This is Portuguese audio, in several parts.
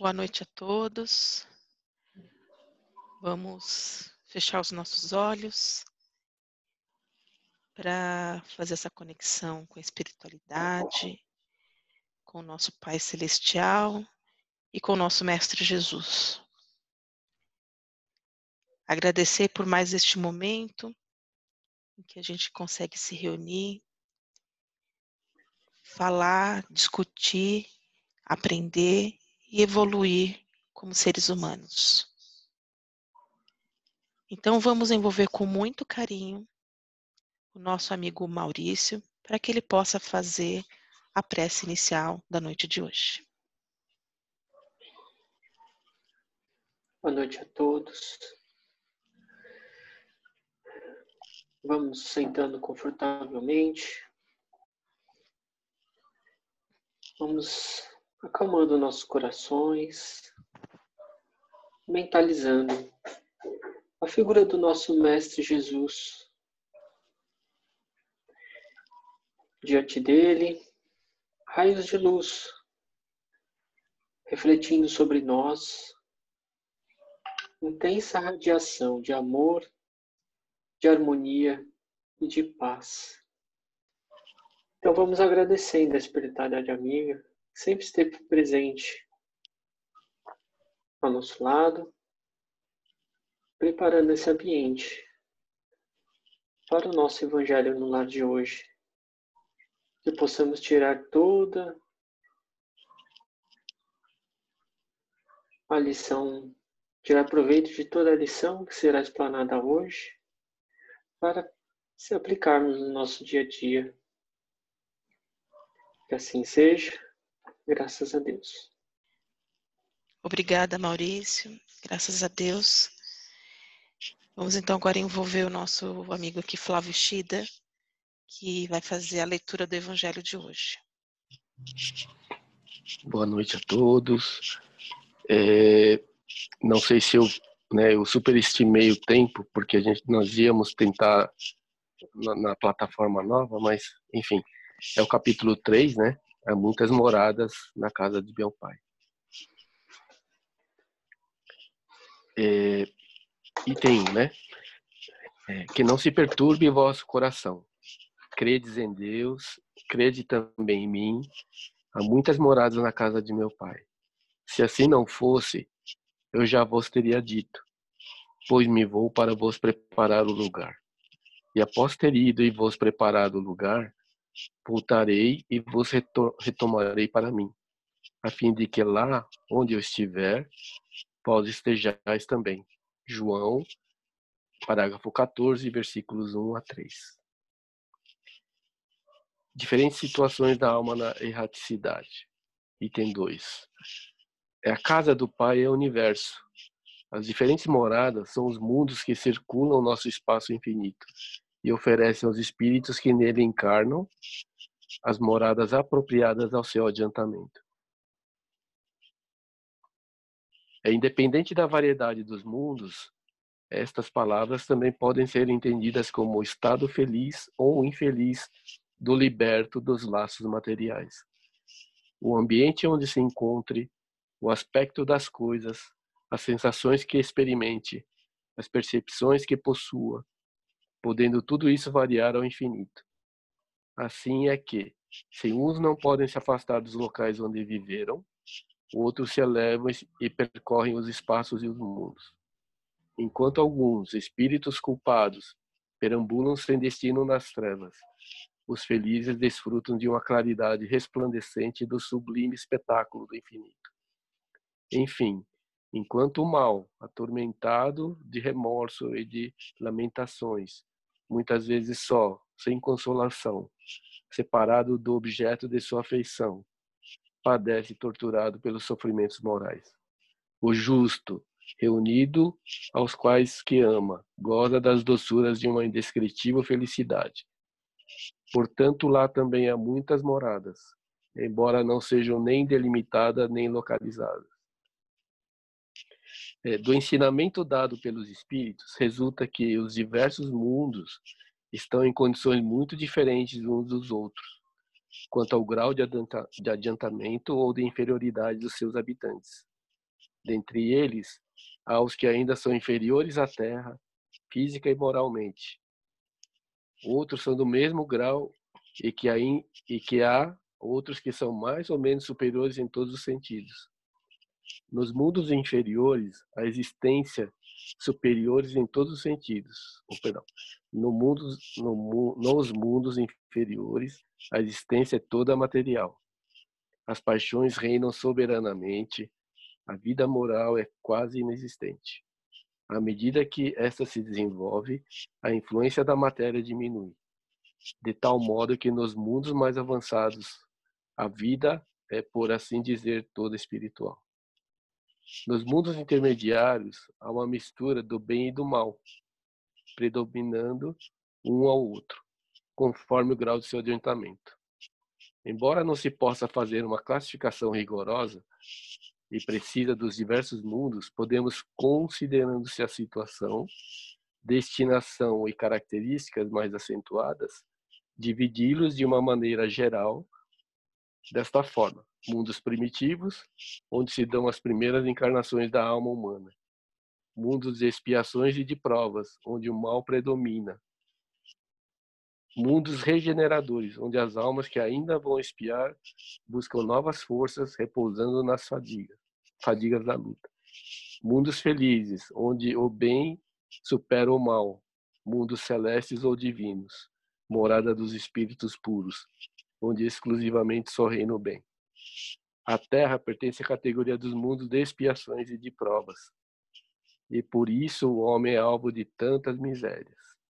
Boa noite a todos. Vamos fechar os nossos olhos para fazer essa conexão com a espiritualidade, com o nosso Pai Celestial e com o nosso Mestre Jesus. Agradecer por mais este momento em que a gente consegue se reunir, falar, discutir, aprender e evoluir como seres humanos. Então vamos envolver com muito carinho o nosso amigo Maurício, para que ele possa fazer a prece inicial da noite de hoje. Boa noite a todos. Vamos sentando confortavelmente. Vamos acalmando nossos corações, mentalizando a figura do nosso Mestre Jesus. Diante dele, raios de luz, refletindo sobre nós, intensa radiação de amor, de harmonia e de paz. Então vamos agradecendo a espiritualidade amiga, que sempre esteve presente ao nosso lado, preparando esse ambiente para o nosso Evangelho no lar de hoje. Que possamos tirar toda a lição, tirar proveito de toda a lição que será explanada hoje, para se aplicarmos no nosso dia a dia. Que assim seja, graças a Deus. Obrigada, Maurício. Graças a Deus. Vamos então agora envolver o nosso amigo aqui, Flávio Shida, que vai fazer a leitura do Evangelho de hoje. Boa noite a todos. Não sei se eu superestimei o tempo, porque nós íamos tentar na plataforma nova, mas, enfim, é o capítulo 3, né? Há muitas moradas na casa de meu pai. Item 1, né? Que não se perturbe o vosso coração. Credes em Deus, crede também em mim. Há muitas moradas na casa de meu pai. Se assim não fosse, eu já vos teria dito, pois me vou para vos preparar o lugar. E após ter ido e vos preparado o lugar, voltarei e vos retomarei para mim, a fim de que lá onde eu estiver, vós estejais também. João, parágrafo 14, versículos 1 a 3. Diferentes situações da alma na erraticidade. Item 2. A casa do Pai é o universo. As diferentes moradas são os mundos que circulam o nosso espaço infinito e oferecem aos espíritos que nele encarnam as moradas apropriadas ao seu adiantamento. Independente da variedade dos mundos, estas palavras também podem ser entendidas como o estado feliz ou infeliz do liberto dos laços materiais. O ambiente onde se encontre, o aspecto das coisas, as sensações que experimente, as percepções que possua, podendo tudo isso variar ao infinito. Assim é que, se uns não podem se afastar dos locais onde viveram, outros se elevam e percorrem os espaços e os mundos. Enquanto alguns espíritos culpados perambulam sem destino nas trevas, os felizes desfrutam de uma claridade resplandecente do sublime espetáculo do infinito. Enfim, enquanto o mal, atormentado de remorso e de lamentações, muitas vezes só, sem consolação, separado do objeto de sua afeição, padece torturado pelos sofrimentos morais. O justo, reunido aos quais que ama, goza das doçuras de uma indescritível felicidade. Portanto, lá também há muitas moradas, embora não sejam nem delimitadas nem localizadas. Do ensinamento dado pelos espíritos, resulta que os diversos mundos estão em condições muito diferentes uns dos outros, quanto ao grau de adiantamento ou de inferioridade dos seus habitantes. Dentre eles, há os que ainda são inferiores à Terra, física e moralmente. Outros são do mesmo grau e que há outros que são mais ou menos superiores em todos os sentidos. Nos mundos inferiores, a existência superiores em todos os sentidos. Nos mundos inferiores, a existência é toda material. As paixões reinam soberanamente, a vida moral é quase inexistente. À medida que esta se desenvolve, a influência da matéria diminui, de tal modo que nos mundos mais avançados, a vida é, por assim dizer, toda espiritual. Nos mundos intermediários, há uma mistura do bem e do mal, predominando um ao outro, conforme o grau de seu adiantamento. Embora não se possa fazer uma classificação rigorosa e precisa dos diversos mundos, podemos, considerando-se a situação, destinação e características mais acentuadas, dividi-los de uma maneira geral desta forma: mundos primitivos, onde se dão as primeiras encarnações da alma humana; mundos de expiações e de provas, onde o mal predomina; mundos regeneradores, onde as almas que ainda vão expiar buscam novas forças, repousando nas fadigas da luta; mundos felizes, onde o bem supera o mal; mundos celestes ou divinos, morada dos espíritos puros, onde exclusivamente só reina o bem. A Terra pertence à categoria dos mundos de expiações e de provas, e por isso o homem é alvo de tantas misérias.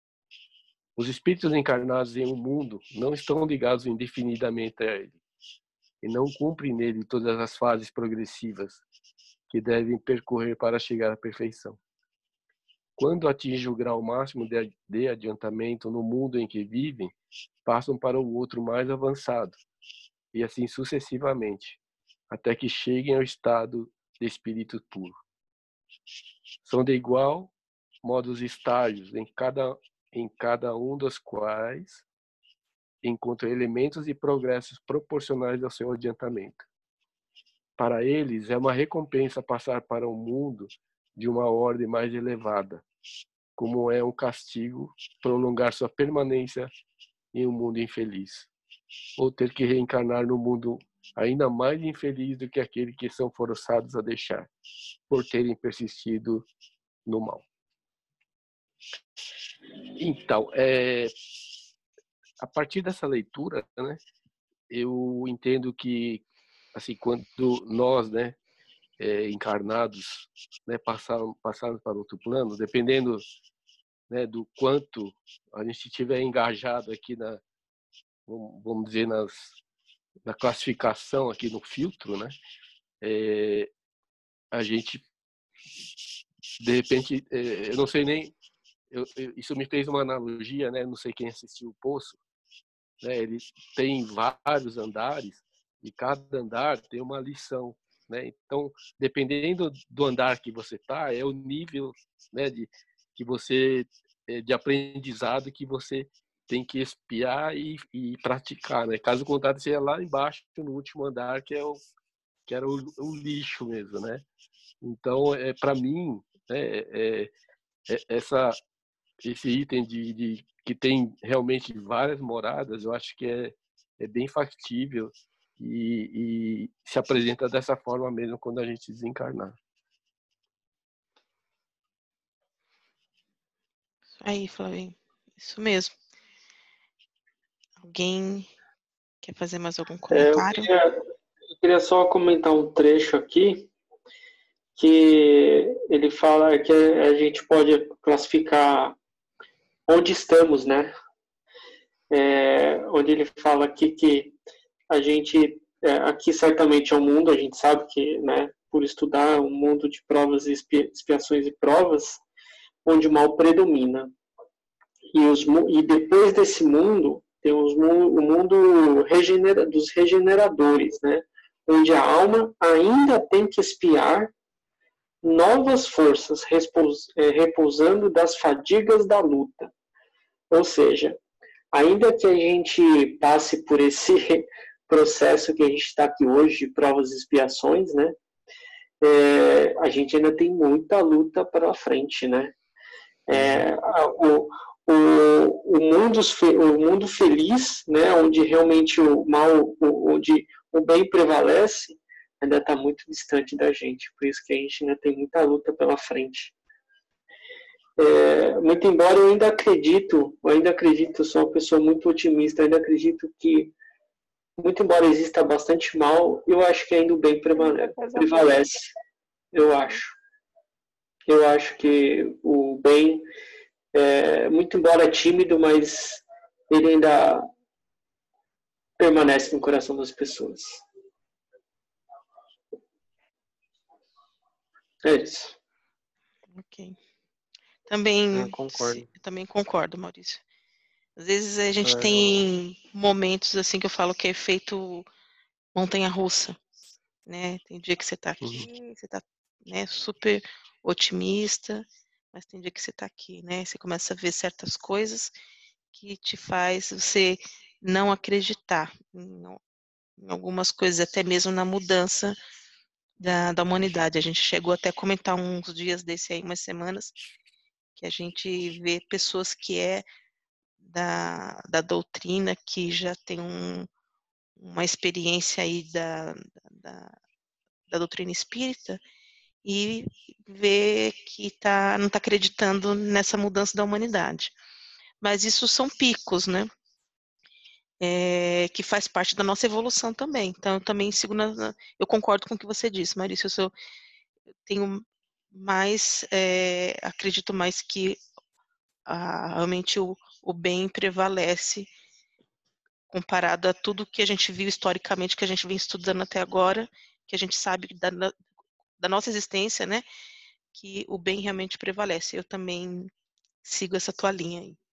Os espíritos encarnados em um mundo não estão ligados indefinidamente a ele, e não cumprem nele todas as fases progressivas que devem percorrer para chegar à perfeição. Quando atingem o grau máximo de adiantamento no mundo em que vivem, passam para o outro mais avançado, e assim sucessivamente, até que cheguem ao estado de espírito puro. São de igual modo os estágios, em cada um dos quais encontram elementos e progressos proporcionais ao seu adiantamento. Para eles, é uma recompensa passar para um mundo de uma ordem mais elevada, como é um castigo prolongar sua permanência em um mundo infeliz, ou ter que reencarnar no mundo ainda mais infeliz do que aquele que são forçados a deixar, por terem persistido no mal. Então, a partir dessa leitura, né, eu entendo que, assim, quando nós, né, encarnados, né, passarmos para outro plano, dependendo, né, do quanto a gente estiver engajado aqui vamos dizer, na classificação aqui no filtro, né, a gente, de repente, eu não sei nem, isso me fez uma analogia, né, não sei quem assistiu o Poço, né, ele tem vários andares e cada andar tem uma lição, né? Então, dependendo do andar que você está, é o nível, né, de aprendizado que você tem que espiar e praticar, né? Caso contrário, você ia lá embaixo no último andar, que era o lixo mesmo, né? Então, para mim, né, esse item que tem realmente várias moradas, eu acho que é bem factível e se apresenta dessa forma mesmo quando a gente desencarnar. Aí, Flavinho, isso mesmo. Alguém quer fazer mais algum comentário? Eu queria só comentar um trecho aqui, que ele fala que a gente pode classificar onde estamos, né? Onde ele fala aqui que a gente, aqui certamente é um mundo, a gente sabe que, né, por estudar um mundo de provas e expiações e provas, onde o mal predomina. E depois desse mundo, tem o mundo dos regeneradores, né? Onde a alma ainda tem que expiar novas forças, repousando das fadigas da luta. Ou seja, ainda que a gente passe por esse processo que a gente está aqui hoje, de provas e expiações, né? a gente ainda tem muita luta pela frente, né? O mundo feliz, né, onde realmente onde o bem prevalece, ainda está muito distante da gente. Por isso que a gente ainda tem muita luta pela frente. Muito embora eu ainda acredito, sou uma pessoa muito otimista, ainda acredito que, muito embora exista bastante mal, eu acho que ainda o bem prevalece. Eu acho que o bem, muito embora tímido, mas ele ainda permanece no coração das pessoas. É isso. Ok. Também, concordo. também concordo, Maurício. Às vezes a gente tem momentos assim que eu falo que é efeito montanha-russa, né? Tem dia que você está aqui, você está, né, super otimista, mas tem dia que você está aqui, né? Você começa a ver certas coisas que te faz você não acreditar em algumas coisas, até mesmo na mudança da humanidade. A gente chegou até a comentar uns dias desse aí, umas semanas, que a gente vê pessoas que da doutrina, que já tem uma experiência aí da doutrina espírita, e vê que não está acreditando nessa mudança da humanidade. Mas isso são picos, né? Que faz parte da nossa evolução também. Então, eu também eu concordo com o que você disse, Maurício. Eu tenho mais, acredito mais que realmente o bem prevalece comparado a tudo que a gente viu historicamente, que a gente vem estudando até agora, que a gente sabe da nossa existência, né? Que o bem realmente prevalece. Eu também sigo essa tua linha aí.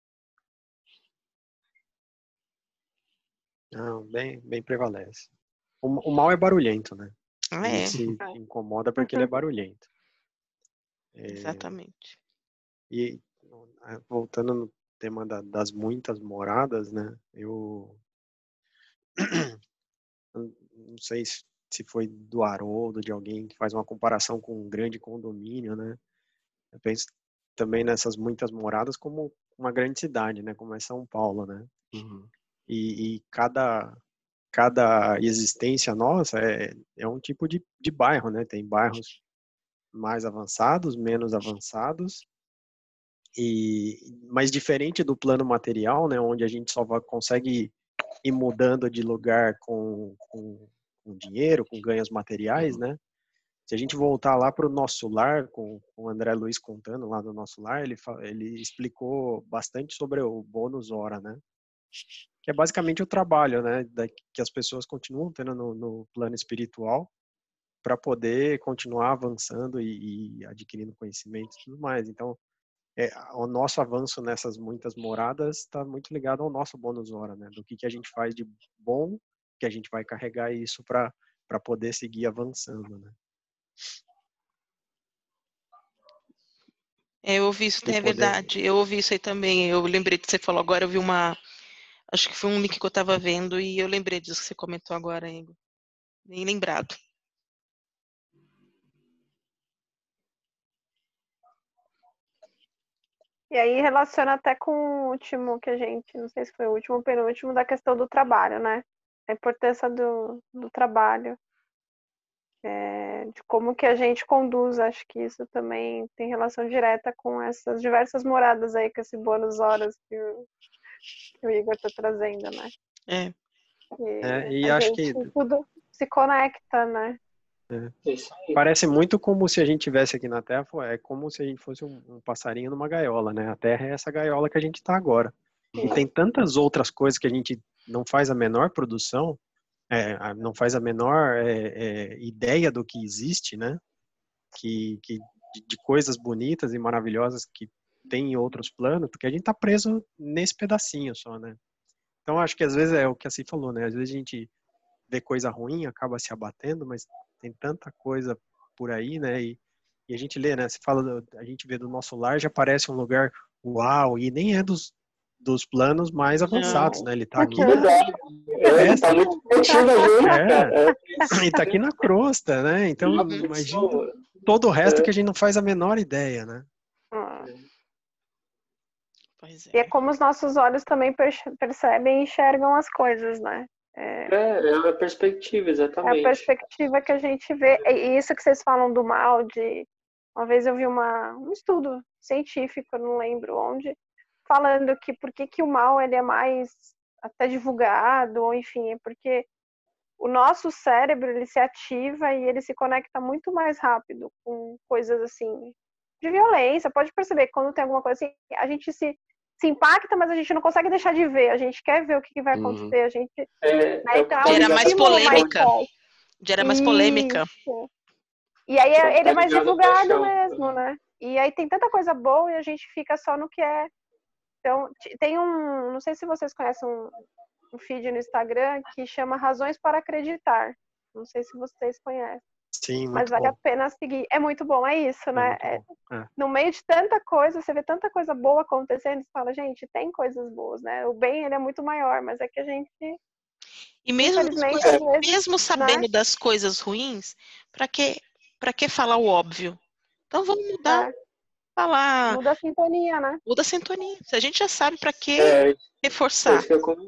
Não, bem prevalece. O mal é barulhento, né? Ah, Ele se incomoda porque ele é barulhento. Exatamente. E voltando no tema das muitas moradas, né? Eu não sei se foi do Haroldo, de alguém que faz uma comparação com um grande condomínio, né? Eu penso também nessas muitas moradas como uma grande cidade, né? Como é São Paulo, né? E cada existência nossa é um tipo de bairro, né? Tem bairros mais avançados, menos avançados, mas diferente do plano material, né? Onde a gente só consegue ir mudando de lugar com dinheiro, com ganhos materiais, né? Se a gente voltar lá para o nosso lar, com o André Luiz contando lá do nosso lar, ele explicou bastante sobre o bônus hora, né? Que é basicamente o trabalho, né? Que as pessoas continuam tendo no plano espiritual para poder continuar avançando e adquirindo conhecimento e tudo mais. Então, o nosso avanço nessas muitas moradas está muito ligado ao nosso bônus hora, né? Do que a gente faz de bom, que a gente vai carregar isso para poder seguir avançando, né? Eu ouvi isso, é verdade. Eu ouvi isso aí também. Eu lembrei que você falou agora, eu vi acho que foi um link que eu estava vendo e eu lembrei disso que você comentou agora, Igor. Nem lembrado. E aí relaciona até com o último que a gente, não sei se foi o último ou penúltimo, da questão do trabalho, né? A importância do trabalho, de como que a gente conduz. Acho que isso também tem relação direta com essas diversas moradas aí, com esse bônus horas que o Igor está trazendo, né? E acho que tudo se conecta, né? Parece muito como se a gente tivesse aqui na Terra, é como se a gente fosse um passarinho numa gaiola, né? A Terra é essa gaiola que a gente está agora. E tem tantas outras coisas que a gente não faz a menor produção, não faz a menor ideia do que existe, né? De coisas bonitas e maravilhosas que tem em outros planos, porque a gente está preso nesse pedacinho só, né? Então acho que às vezes é o que a Cí falou, né? Às vezes a gente vê coisa ruim, acaba se abatendo, mas tem tanta coisa por aí, né? E a gente lê, né? Você fala, a gente vê do nosso lar, já parece um lugar uau, e nem é dos planos mais avançados, né? Ele tá aqui Verdade. Ele tá muito metido a gente, cara. Ele tá aqui na crosta, né? Então, imagina todo o resto que a gente não faz a menor ideia, né? Pois E é como os nossos olhos também percebem e enxergam as coisas, né? É a perspectiva, É exatamente. a perspectiva que a gente vê. E isso que vocês falam do mal, uma vez eu vi um estudo científico, eu não lembro onde, falando que por que o mal ele é mais até divulgado, ou enfim, é porque o nosso cérebro ele se ativa e ele se conecta muito mais rápido com coisas assim de violência. Pode perceber que quando tem alguma coisa assim, a gente se impacta, mas a gente não consegue deixar de ver. A gente quer ver o que vai acontecer. A gente então, gera mais polêmica. Gera mais polêmica. E aí ele é mais divulgado mesmo, né? E aí tem tanta coisa boa e a gente fica só no que é. Então, tem não sei se vocês conhecem um feed no Instagram que chama Razões para Acreditar. Não sei se vocês conhecem. Sim, muito mas vale bom. a pena seguir. É muito bom, é isso, né? É. No meio de tanta coisa, você vê tanta coisa boa acontecendo, você fala, gente, tem coisas boas, né? O bem, ele é muito maior, mas é que a gente... E mesmo sabendo das coisas ruins, para que falar o óbvio? Então vamos mudar. Falar. Muda a sintonia, né? Muda a sintonia. Se a gente já sabe, para que reforçar?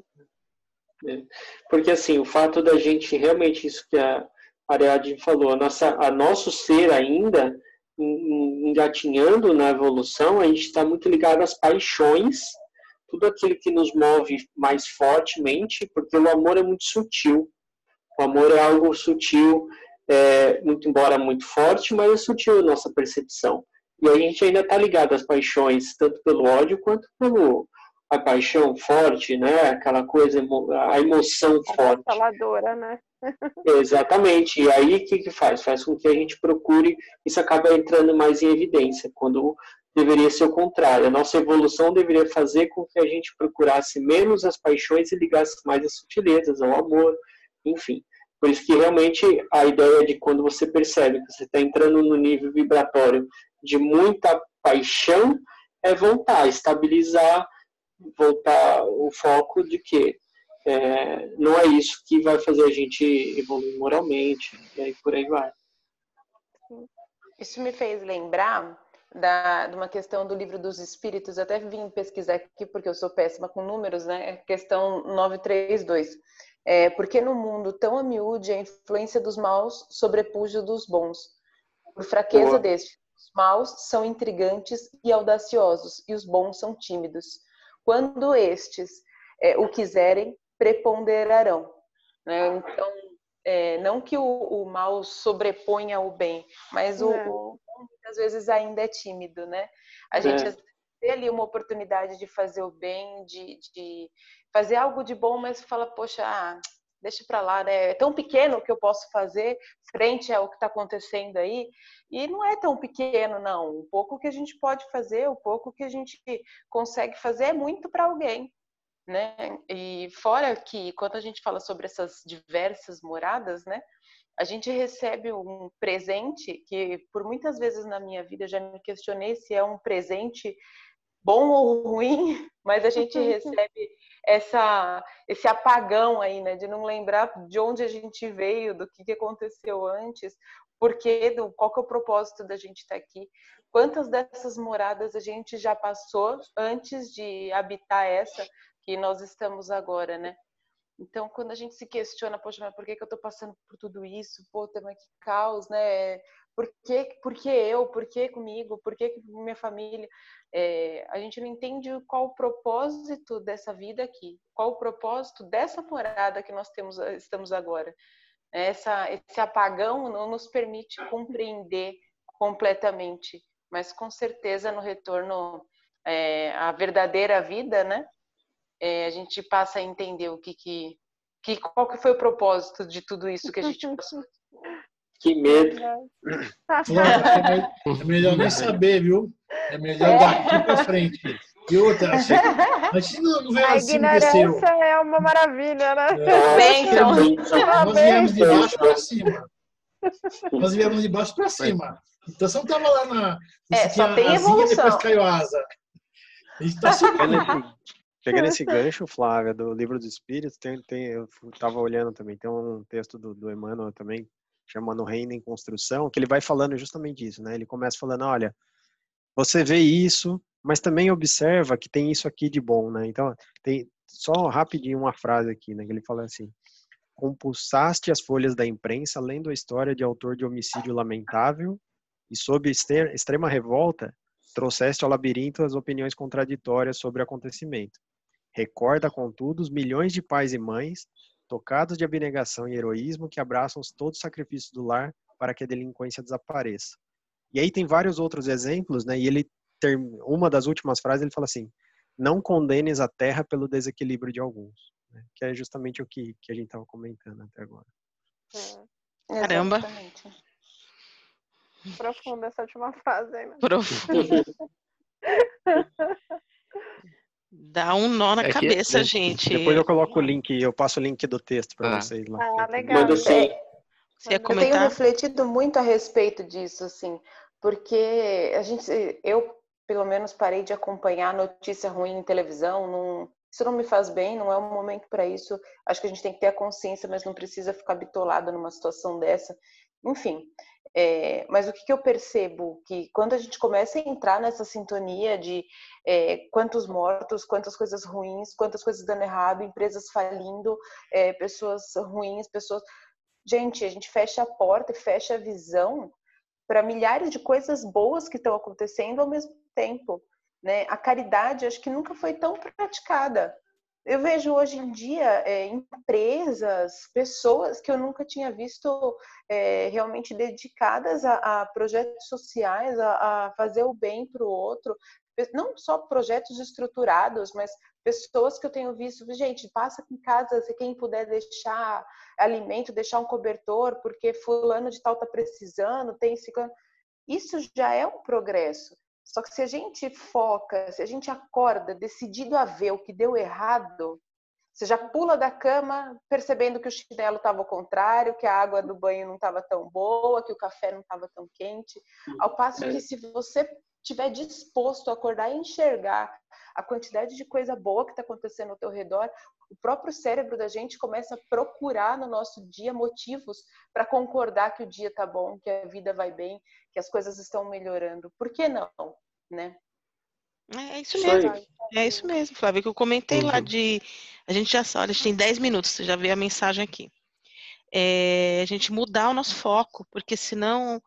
Porque assim, o fato da gente realmente, isso que a Ariadne falou, a nosso ser ainda engatinhando na evolução, a gente está muito ligado às paixões, tudo aquilo que nos move mais fortemente, porque o amor é muito sutil. O amor é algo sutil, muito embora muito forte, mas é sutil a nossa percepção. E a gente ainda está ligado às paixões, tanto pelo ódio quanto a paixão forte, né? Aquela coisa, a emoção forte. Faladora, né? Exatamente. E aí o que faz? Faz com que a gente procure, isso acaba entrando mais em evidência, quando deveria ser o contrário. A nossa evolução deveria fazer com que a gente procurasse menos as paixões e ligasse mais às sutilezas, ao amor, enfim. Por isso que realmente a ideia de quando você percebe que você está entrando no nível vibratório de muita paixão é voltar, estabilizar, voltar o foco de que não é isso que vai fazer a gente evoluir moralmente, e aí por aí vai. Isso me fez lembrar de uma questão do Livro dos Espíritos. Eu até vim pesquisar aqui, porque eu sou péssima com números, né? Questão 932. Porque no mundo tão a miúde a influência dos maus sobrepuja dos bons. Por fraqueza destes, os maus são intrigantes e audaciosos, e os bons são tímidos. Quando estes o quiserem, preponderarão. Né? Então, não que o mal sobreponha o bem, mas o bom muitas vezes ainda é tímido, né? A gente tem ali uma oportunidade de fazer o bem, de fazer algo de bom, mas fala, poxa, deixa pra lá, né? É tão pequeno o que eu posso fazer frente ao que está acontecendo aí, e não é tão pequeno, não. O pouco que a gente pode fazer, o pouco que a gente consegue fazer é muito para alguém. Né? E fora que quando a gente fala sobre essas diversas moradas, né, a gente recebe um presente que por muitas vezes na minha vida já me questionei se é um presente bom ou ruim, mas a gente recebe esse apagão aí, né, de não lembrar de onde a gente veio, do que aconteceu antes, qual que é o propósito da gente estar aqui. Quantas dessas moradas a gente já passou antes de habitar essa que nós estamos agora, né? Então, quando a gente se questiona, poxa, mas por que eu tô passando por tudo isso? Pô, mas que caos, né? Por que eu? Por que comigo? Por que minha família? A gente não entende qual o propósito dessa vida aqui, qual o propósito dessa morada que nós estamos agora. Esse apagão não nos permite compreender completamente, mas com certeza no retorno à verdadeira vida, né? A gente passa a entender qual que foi o propósito de tudo isso que a gente passou. Que medo. É melhor nem saber, viu? É melhor daqui para frente. E outra, mas não veio assim, desceu. A ignorância é uma maravilha, né? Nós viemos de baixo para cima. Nós viemos de baixo para cima. Então você não estava lá na... só tem evolução. Depois caiu a asa. A gente está subindo. Pegando esse gancho, Flávia, do Livro dos Espíritos, eu estava olhando também, tem um texto do Emmanuel também, chama No Reino em Construção, que ele vai falando justamente isso, né? Ele começa falando, olha, você vê isso, mas também observa que tem isso aqui de bom, né? Então, tem só rapidinho uma frase aqui, né? Que ele fala assim: compulsaste as folhas da imprensa lendo a história de autor de homicídio lamentável e sob extrema revolta trouxeste ao labirinto as opiniões contraditórias sobre o acontecimento. Recorda, contudo, os milhões de pais e mães tocados de abnegação e heroísmo que abraçam todos os sacrifícios do lar para que a delinquência desapareça. E aí tem vários outros exemplos, né? E uma das últimas frases, ele fala assim: não condenes a terra pelo desequilíbrio de alguns, né? Que é justamente o que a gente estava comentando até agora. Caramba. Exatamente. Profunda essa última frase aí, né? Profunda. Dá um nó na cabeça, gente. Depois eu coloco o link, eu passo o link do texto para vocês lá. Ah, legal. Manda sim. Você ia Eu comentar? tenho refletido muito a respeito disso, assim, porque eu pelo menos parei de acompanhar notícia ruim em televisão, isso não me faz bem, não é um momento para isso. Acho que a gente tem que ter a consciência, mas não precisa ficar bitolado numa situação dessa. Enfim, mas o que eu percebo? Que quando a gente começa a entrar nessa sintonia de quantos mortos, quantas coisas ruins, quantas coisas dando errado, empresas falindo, pessoas ruins, pessoas... Gente, a gente fecha a porta e fecha a visão para milhares de coisas boas que estão acontecendo ao mesmo tempo, né? A caridade, acho que nunca foi tão praticada. Eu vejo hoje em dia empresas, pessoas que eu nunca tinha visto realmente dedicadas a projetos sociais, a fazer o bem para o outro. Não só projetos estruturados, mas pessoas que eu tenho visto, gente, passa aqui em casa, se quem puder deixar alimento, deixar um cobertor, porque fulano de tal está precisando, tem esse... Isso já é um progresso. Só que se a gente foca, se a gente acorda decidido a ver o que deu errado, você já pula da cama percebendo que o chinelo estava ao contrário, que a água do banho não estava tão boa, que o café não estava tão quente. Ao passo que se você estiver disposto a acordar e enxergar a quantidade de coisa boa que está acontecendo ao teu redor, o próprio cérebro da gente começa a procurar no nosso dia motivos para concordar que o dia está bom, que a vida vai bem, que as coisas estão melhorando. Por que não, né? É isso mesmo. É isso mesmo, Flávia, que eu comentei lá de... A gente já sabe, a gente tem 10 minutos, você já vê a mensagem aqui. A gente mudar o nosso foco, porque senão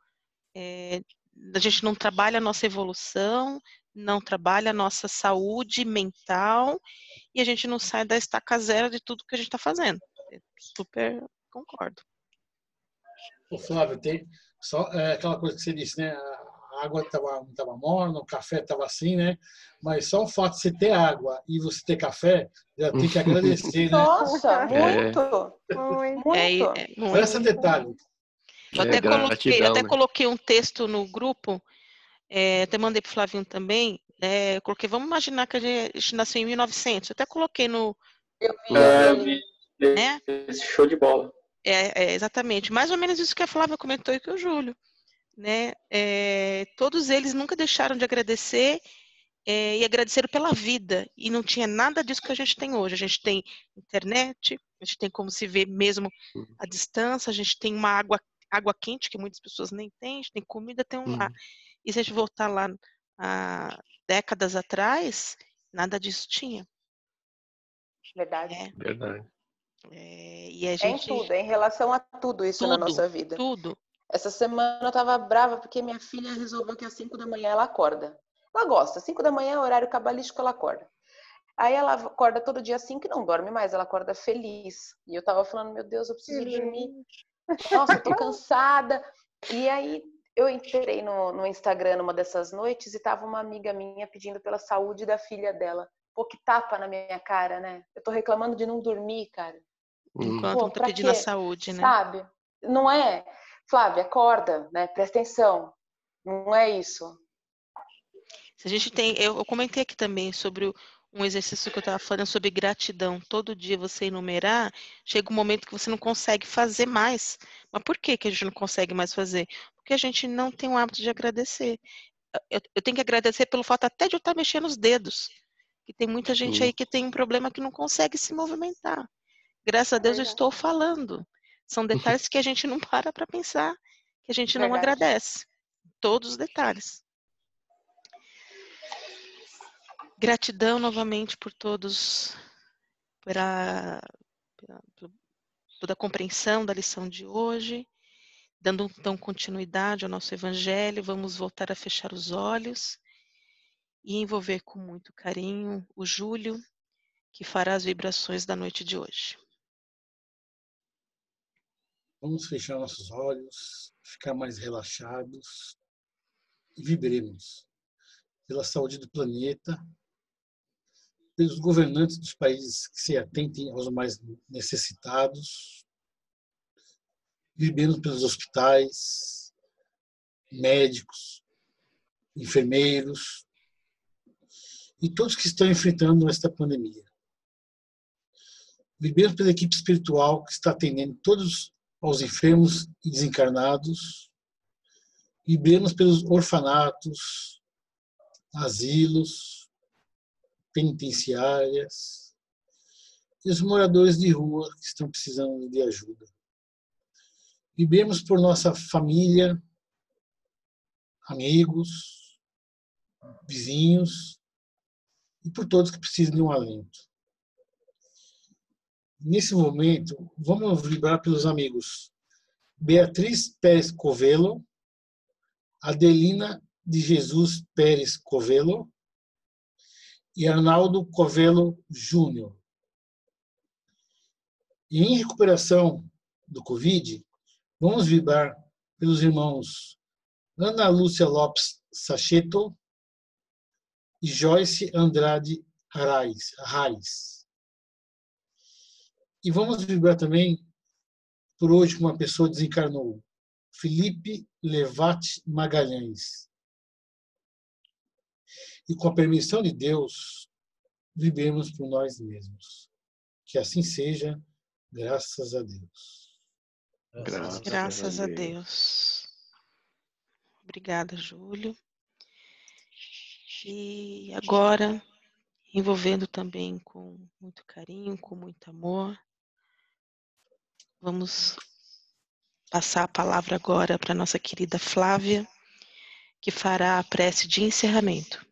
a gente não trabalha a nossa evolução, não trabalha a nossa saúde mental e a gente não sai da estaca zero de tudo que a gente está fazendo. Super concordo. Ô, Flávio, tem só aquela coisa que você disse, né? A água estava morna, o café estava assim, né? Mas só o fato de você ter água e você ter café, já tem que agradecer, né? Nossa, muito! Muito. Olha esse detalhe. Eu até coloquei um texto no grupo, até mandei para o Flavinho também, eu coloquei, vamos imaginar que a gente nasceu em 1900, eu até coloquei no... Eu vi né? Esse show de bola. Exatamente, mais ou menos isso que a Flávia comentou e que o Júlio, né? Todos eles nunca deixaram de agradecer e agradeceram pela vida, e não tinha nada disso que a gente tem hoje. A gente tem internet, a gente tem como se ver mesmo à distância, a gente tem uma água quente que muitas pessoas nem têm, a gente tem comida, tem um lar. E se a gente voltar lá há décadas atrás, nada disso tinha. Verdade. Verdade. E a gente... em tudo, em relação a tudo isso na nossa vida. Tudo. Essa semana eu tava brava porque minha filha resolveu que às 5 da manhã ela acorda. Ela gosta, 5 da manhã é horário cabalístico, ela acorda. Aí ela acorda todo dia às 5 e não dorme mais, ela acorda feliz. E eu tava falando, meu Deus, eu preciso dormir. Nossa, eu tô cansada. E aí eu entrei no Instagram numa dessas noites e tava uma amiga minha pedindo pela saúde da filha dela. Pô, que tapa na minha cara, né? Eu tô reclamando de não dormir, cara. Enquanto tá pedindo a saúde, né? Sabe? Não é? Flávia, acorda, né? Presta atenção. Não é isso. Se a gente tem, eu comentei aqui também sobre um exercício que eu estava falando sobre gratidão. Todo dia você enumerar, chega um momento que você não consegue fazer mais. Mas por que a gente não consegue mais fazer? Porque a gente não tem o hábito de agradecer. Eu tenho que agradecer pelo fato até de eu estar mexendo os dedos. Que tem muita gente aí que tem um problema que não consegue se movimentar. Graças a Deus eu estou falando. São detalhes que a gente não para pensar, que a gente não agradece. Todos os detalhes. Gratidão novamente por todos, pela toda a compreensão da lição de hoje. Dando então continuidade ao nosso evangelho, vamos voltar a fechar os olhos e envolver com muito carinho o Júlio, que fará as vibrações da noite de hoje. Vamos fechar nossos olhos, ficar mais relaxados e vibremos pela saúde do planeta, pelos governantes dos países que se atentem aos mais necessitados, vibremos pelos hospitais, médicos, enfermeiros e todos que estão enfrentando esta pandemia. Vibremos pela equipe espiritual que está atendendo todos aos enfermos e desencarnados. Vibremos pelos orfanatos, asilos, penitenciárias e os moradores de rua que estão precisando de ajuda. Vibremos por nossa família, amigos, vizinhos e por todos que precisam de um alento. Nesse momento, vamos vibrar pelos amigos Beatriz Pérez Covelo, Adelina de Jesus Pérez Covelo e Arnaldo Covelo Júnior. E em recuperação do Covid, vamos vibrar pelos irmãos Ana Lúcia Lopes Sacheto e Joyce Andrade Arraes. E vamos vibrar também por hoje que uma pessoa desencarnou, Felipe Levate Magalhães. E com a permissão de Deus, vivemos por nós mesmos. Que assim seja, graças a Deus. Graças a Deus. Obrigada, Júlio. E agora, envolvendo também com muito carinho, com muito amor, vamos passar a palavra agora para a nossa querida Flávia, que fará a prece de encerramento.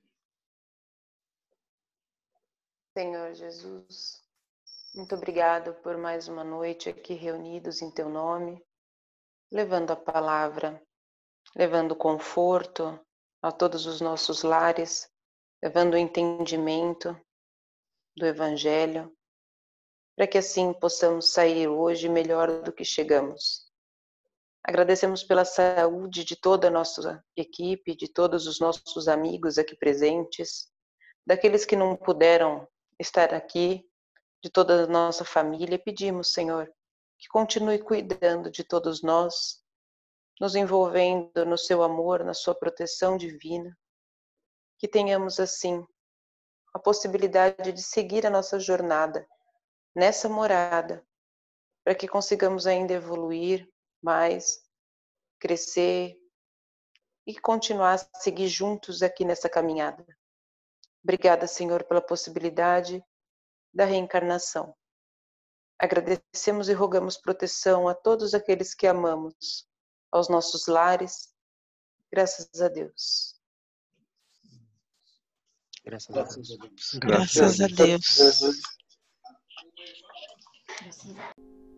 Senhor Jesus, muito obrigado por mais uma noite aqui reunidos em Teu nome, levando a palavra, levando conforto a todos os nossos lares, levando o entendimento do Evangelho, para que assim possamos sair hoje melhor do que chegamos. Agradecemos pela saúde de toda a nossa equipe, de todos os nossos amigos aqui presentes, daqueles que não puderam estar aqui, de toda a nossa família. Pedimos, Senhor, que continue cuidando de todos nós, nos envolvendo no seu amor, na sua proteção divina, que tenhamos assim a possibilidade de seguir a nossa jornada nessa morada, para que consigamos ainda evoluir mais, crescer e continuar a seguir juntos aqui nessa caminhada. Obrigada, Senhor, pela possibilidade da reencarnação. Agradecemos e rogamos proteção a todos aqueles que amamos, aos nossos lares. Graças a Deus. Graças a Deus. Graças a Deus.